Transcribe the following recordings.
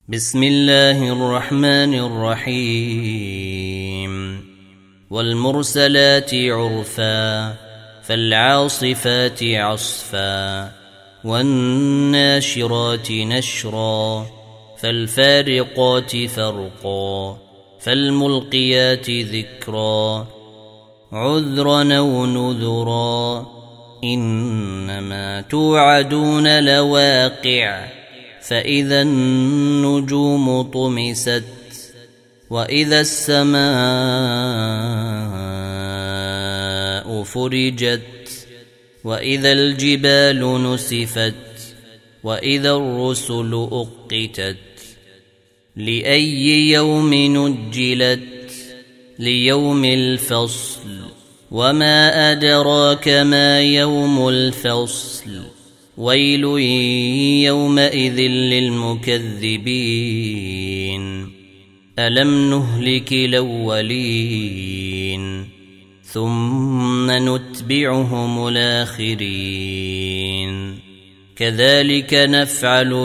بسم الله الرحمن الرحيم والمرسلات عرفا فالعاصفات عصفا والناشرات نشرا فالفارقات فرقا فالملقيات ذكرا عذرا أو نذرا إنما توعدون لواقع فإذا النجوم طمست وإذا السماء فرجت وإذا الجبال نسفت وإذا الرسل أقتت لأي يوم نجلت ليوم الفصل وما أدراك ما يوم الفصل ويل يومئذ للمكذبين ألم نهلك الأولين ثم نتبعهم الآخرين كذلك نفعل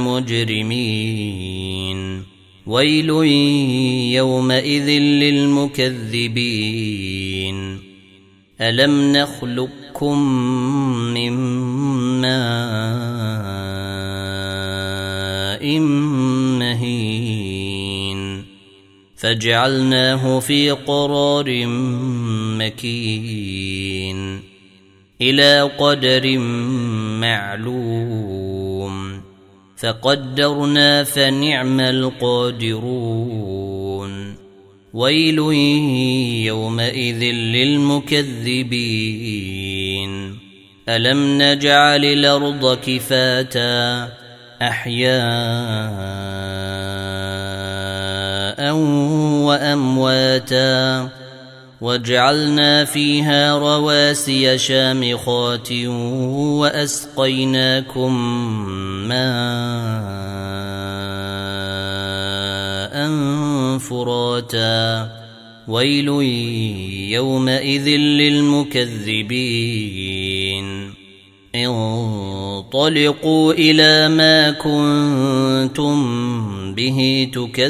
بالمجرمين ويل يومئذ للمكذبين ألم نخلقكم من ماء مهين فجعلناه في قرار مكين إلى قدر معلوم فقدرنا فنعم القادرون ويل يومئذ للمكذبين ألم نجعل الأرض كفاتا أحياء وأمواتا وجعلنا فيها رواسي شامخات وأسقيناكم ماء فراتا ويل يومئذ للمكذبين انطلقوا إلى ما كنتم به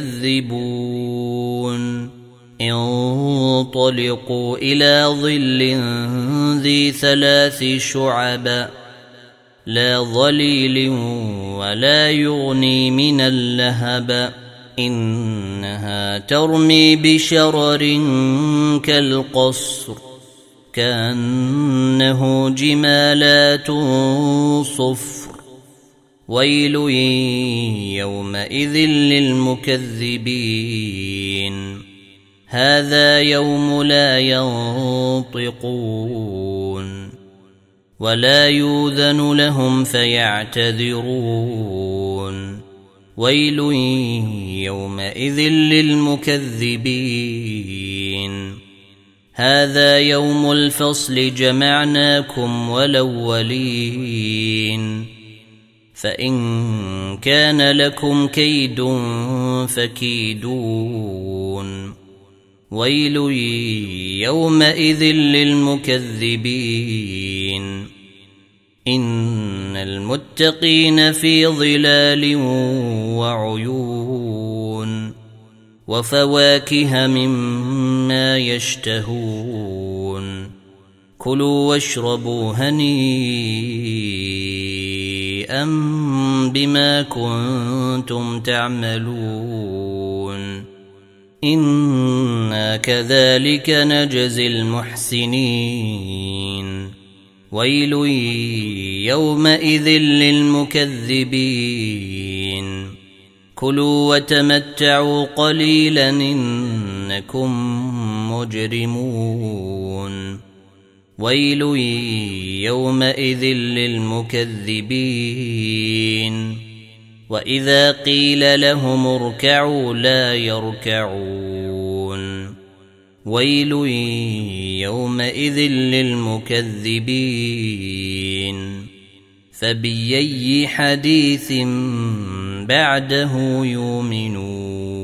تكذبون انطلقوا إلى ظل ذي 3 شعب لا ظليل ولا يغني من اللهب إنها ترمي بشرر كالقصر كأنه جمالات صفر ويل يومئذ للمكذبين هذا يوم لا ينطقون ولا يؤذن لهم فيعتذرون ويل يومئذ للمكذبين هذا يوم الفصل جمعناكم والأولين فإن كان لكم كيد فكيدون ويل يومئذ للمكذبين إن المتقين في ظلال وعيون وفواكه مما يشتهون كلوا واشربوا هنيئا بما كنتم تعملون إنا كذلك نجزي المحسنين ويل يومئذ للمكذبين كلوا وتمتعوا قليلا إنكم مجرمون ويل يومئذ للمكذبين وإذا قيل لهم اركعوا لا يركعون ويل يومئذ للمكذبين فبأي حديث بعده يؤمنون